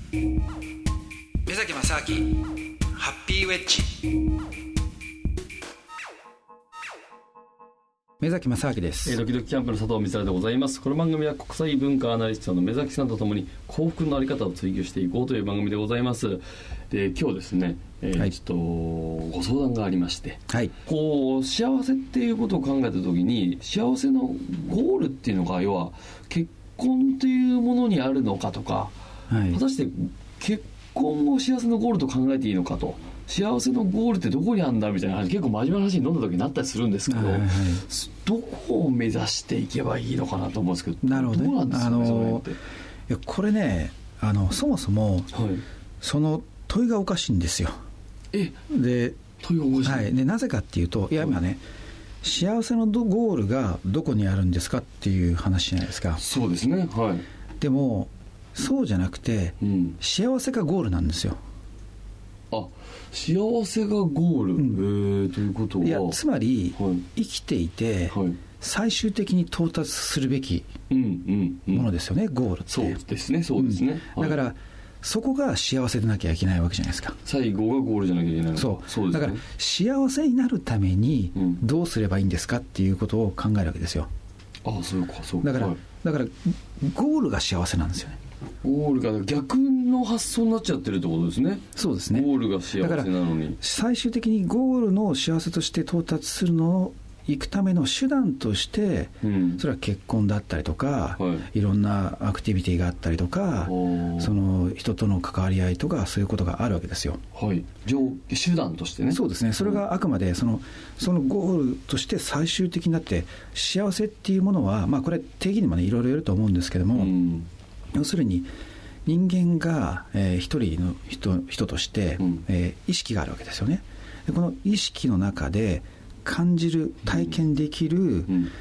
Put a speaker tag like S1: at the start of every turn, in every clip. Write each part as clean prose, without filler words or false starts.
S1: 目崎正明ハッピーウェッジ。目崎正明です。
S2: ドキドキキャンプの佐藤光でございます。この番組は国際文化アナリストの目崎さんとともに幸福のあり方を追求していこうという番組でございます。で、今日ですね、ちょっとご相談がありまして、
S1: はい、
S2: こう幸せっていうことを考えた時に幸せのゴールっていうのが要は結婚っていうものにあるのかとか、
S1: はい、
S2: 果たして結婚を幸せのゴールと考えていいのかと、幸せのゴールってどこにあるんだみたいな話、結構真面目な話に飲んだ時になったりするんですけど、はいはい、どこを目指していけばいいのかなと思うんですけど、
S1: なるほど、ね、
S2: どうなんですかね、それって。
S1: いやこれね、そもそも、はい、その問いがおかしいんですよ。で、
S2: 問いがおかしい、
S1: はい、でなぜかっていうと、いや今ね、幸せのゴールがどこにあるんですかっていう話じゃないですか。
S2: そうですね、はい、
S1: でもそうじゃなくて、幸せがゴールなんですよ。
S2: あ、幸せがゴール、ということは、
S1: いやつまり、はい、生きていて、はい、最終的に到達するべきものですよね、ゴールって。
S2: そうですね、そうですね、
S1: だからそこが幸せでなきゃいけないわけじゃないですか。
S2: 最後がゴールじゃなきゃいけないのか。
S1: そう
S2: ですね。
S1: だから幸せになるためにどうすればいいんですかっていうことを考えるわけですよ。
S2: ああ、そうかそうか。
S1: だからゴールが幸せなんですよね。
S2: ゴールが逆の発想になっちゃってるってことですね。
S1: そうですね。
S2: ゴールが幸せなのに、
S1: 最終的にゴールの幸せとして到達するのを行くための手段として、それは結婚だったりとか、いろんなアクティビティがあったりとか、その人との関わり合いとか、そういうことがあるわけですよ。
S2: はい、手段としてね。
S1: そうですね。それがあくまでそのゴールとして最終的になって、幸せっていうものは、これ定義にもねいろいろよると思うんですけども、要するに人間が、一人の 人として、意識があるわけですよね。でこの意識の中で感じる、体験できる、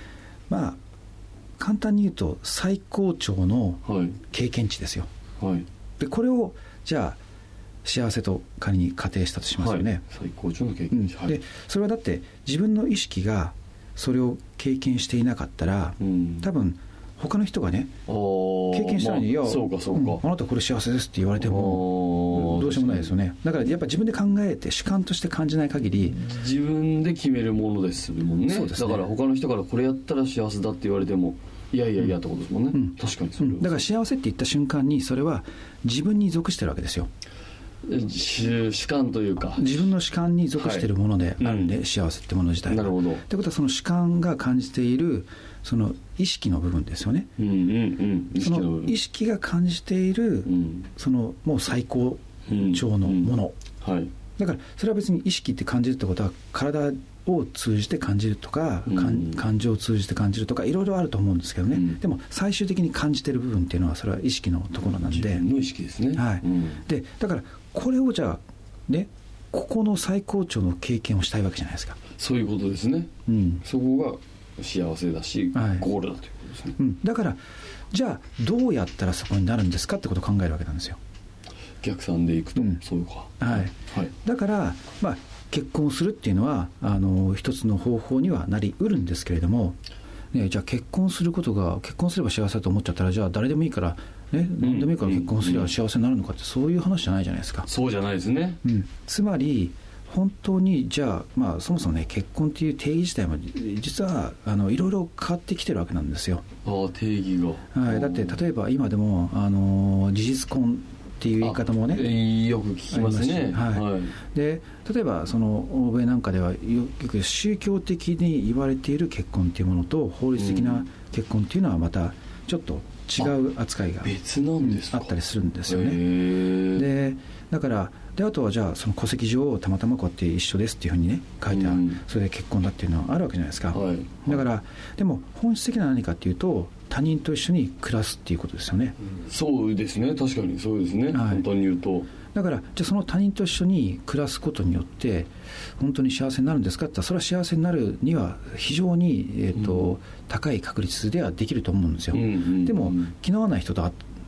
S1: 簡単に言うと最高潮の経験値ですよ。はい、でこれをじゃあ幸せと仮に仮定したとしますよね。
S2: 最高潮の経験値、
S1: でそれはだって自分の意識がそれを経験していなかったら、多分他の人がね経験したのに、いや
S2: そうかそうか、
S1: あなたこれ幸せですって言われてもどうしようもないですよね。だからやっぱ自分で考えて主観として感じない限り、
S2: 自分で決めるものですもんね。
S1: そうですね。
S2: だから他の人からこれやったら幸せだって言われても、いやいやいやってことですもんね。確かにそれは、
S1: だから幸せって言った瞬間にそれは自分に属してるわけですよ。
S2: 主観というか
S1: 自分の主観に属しているものであるんで、幸せってもの自体が。
S2: なるほど。
S1: ってことはその主観が感じているその意識の部分ですよね。その意識が感じている、そのもう最高潮のもの、だからそれは別に意識って感じるってことは体を通じて感じるとか、感情を通じて感じるとかいろいろあると思うんですけどね、でも最終的に感じている部分っていうのはそれは意識のところなんで、
S2: 自分の意識ですね。
S1: でだからこれをじゃあね、ここの最高潮の経験をしたいわけじゃないですか。
S2: そういうことですね。そこが幸せだし、ゴールだということですね。
S1: だからじゃあどうやったらそこになるんですかってことを考えるわけなんですよ。
S2: 逆算でいくと、そうか。
S1: だから結婚するっていうのは一つの方法にはなりうるんですけれども、じゃあ結婚すれば幸せだと思っちゃったら、じゃあ誰でもいいから、何でもいいから結婚すれば幸せになるのかって、そういう話じゃないじゃないですか。
S2: そうじゃないですね。
S1: つまり本当にじゃあ、そもそもね、結婚っていう定義自体も実はいろいろ変わってきてるわけなんですよ。
S2: 定義が、
S1: だって例えば今でも事実婚っていう言い方もね、
S2: よく聞きますね。
S1: で例えばその欧米なんかではよく宗教的に言われている結婚っていうものと法律的な結婚っていうのはまたちょっと違う扱いが
S2: 別なんですか。
S1: あったりするんですよね。でだからあとはじゃあその戸籍上たまたまこうやって一緒ですっていうふうにね書いてある、それで結婚だっていうのはあるわけじゃないですか。だからでも本質的な何かっていうと、他人と一緒に暮らすっていうことですよね。
S2: そうですね、確かにそうですね、本当に言うと。
S1: だからじゃあその他人と一緒に暮らすことによって本当に幸せになるんですかって言ったら、それは幸せになるには非常に、高い確率ではできると思うんですよ。でも気の合わない人と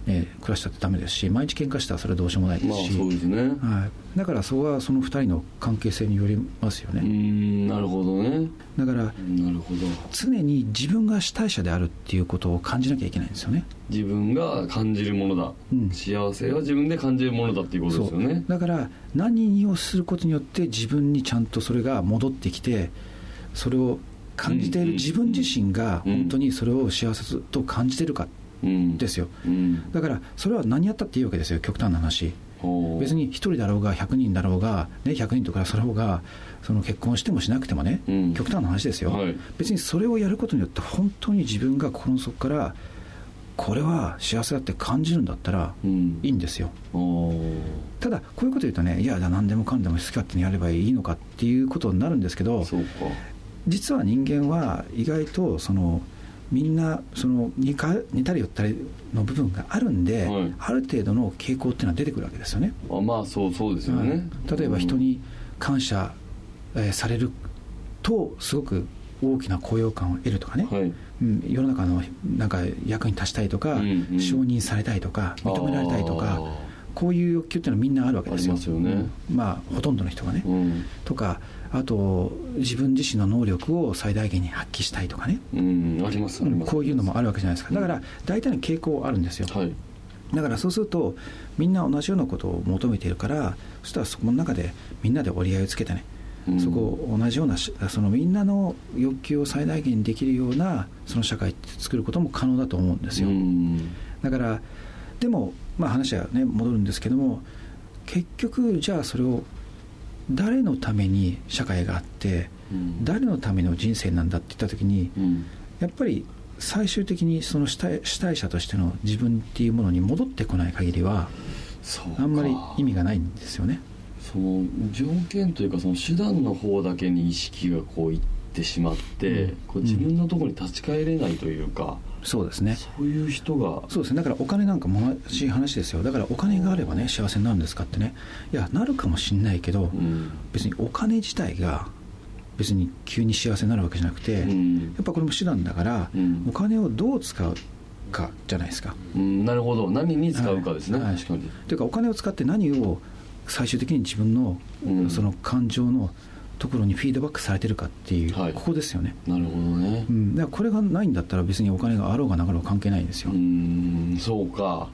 S1: 暮らしたってダメですし、毎日喧嘩したらそれはどうしようもないですし、
S2: そうですね、
S1: はい、だからそこはその2人の関係性によりますよね。
S2: なるほどね。
S1: だから
S2: なるほど、
S1: 常に自分が主体者であるっていうことを感じなきゃいけないんですよね。
S2: 自分が感じるものだ、幸せは自分で感じるものだっていうことですよね。
S1: だから何をすることによって自分にちゃんとそれが戻ってきて、それを感じている自分自身が本当にそれを幸せと感じているかですよ。だからそれは何やったっていいわけですよ、極端な話。別に1人だろうが100人だろうが、ね、100人とかそろうが、その結婚してもしなくてもね、極端な話ですよ、はい、別にそれをやることによって本当に自分が心の底からこれは幸せだって感じるんだったらいいんですよ。ただこういうこと言うとね、いや何でもかんでも好き勝手にやればいいのかっていうことになるんですけど、
S2: そうか、
S1: 実は人間は意外とみんな似たり寄ったりの部分があるんで、はい、ある程度の傾向っていうのは出てくるわけですよね。
S2: まあそうですよね、
S1: 例えば人に感謝、されるとすごく大きな高揚感を得るとかね、はい、世の中のなんか役に立ちたいとか、承認されたいとか認められたいとか、こういう欲求っていうのはみんなあるわけですよ。
S2: ありますよね。
S1: まあほとんどの人がね、とか、あと自分自身の能力を最大限に発揮したいとかね、
S2: あります
S1: こういうのもあるわけじゃないですか。だから大体の傾向あるんですよ、はい、だからそうするとみんな同じようなことを求めているから、そしたらそこの中でみんなで折り合いをつけてね、そこを同じようなみんなの欲求を最大限にできるようなその社会って作ることも可能だと思うんですよ。だからでも、話はね戻るんですけども、結局じゃあそれを誰のために社会があって、誰のための人生なんだって言った時に、やっぱり最終的にその主体者としての自分っていうものに戻ってこない限りはあんまり意味がないんですよね。
S2: その条件というかその手段の方だけに意識がこういってしまって、こう自分のところに立ち返れないというか、
S1: そうですね、
S2: そういう人が
S1: そうですね。だからお金なんかも同じ話ですよ。だからお金があればね幸せになるんですかってね、いやなるかもしれないけど、別にお金自体が別に急に幸せになるわけじゃなくて、やっぱこれも手段だから、お金をどう使うかじゃないですか。
S2: なるほど、何に使うかですね、確かに。
S1: というかお金を使って何を最終的に自分のその感情のところにフィードバックされてるかっていう、ここですよね。
S2: なるほどね。
S1: だからこれがないんだったら別にお金があろうがなかろうが関係ないんですよ。
S2: そうか、
S1: はい、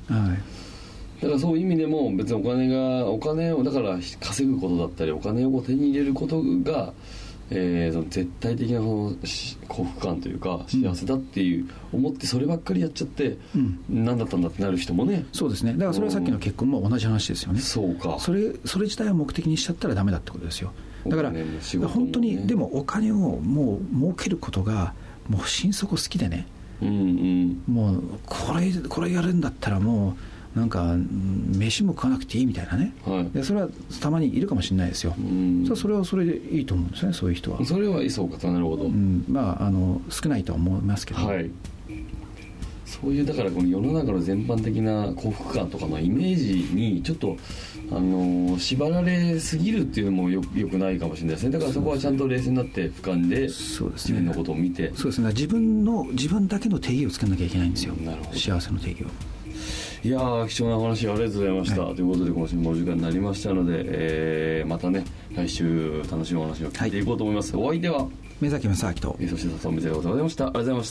S2: だからそういう意味でも別にお金をだから稼ぐことだったりお金を手に入れることが、その絶対的な幸福感というか幸せだっていう思ってそればっかりやっちゃって、何だったんだってなる人もね。そうですね。だからそれはさっきの結婚も同じ話ですよね。 そうか。
S1: それ自体を目的にしちゃったらダメだってことですよ。だから、本当にでもお金をもう儲けることがもう心底好きでね、もうこれやるんだったらもうなんか飯も食わなくていいみたいなね、でそれはたまにいるかもしれないですよ。それはそれでいいと思うんですね、そういう人は。
S2: それはいい、そうか、なるほど。
S1: 少ないとは思いますけど、
S2: そういうだからこの世の中の全般的な幸福感とかのイメージにちょっと縛られすぎるっていうのもよくないかもしれないですね。だからそこはちゃんと冷静になって俯瞰で自分のことを見て、
S1: そうですね、自分だけの定義を作らなきゃいけないんですよ。なるほど、幸せの定義を。
S2: いやー、貴重な話ありがとうございました、ということで今週もお時間になりましたので、またね来週楽しいお話を聞いていこうと思います。お相手は
S1: 目崎正明と、
S2: そして佐藤美でございました。ありがとうございました。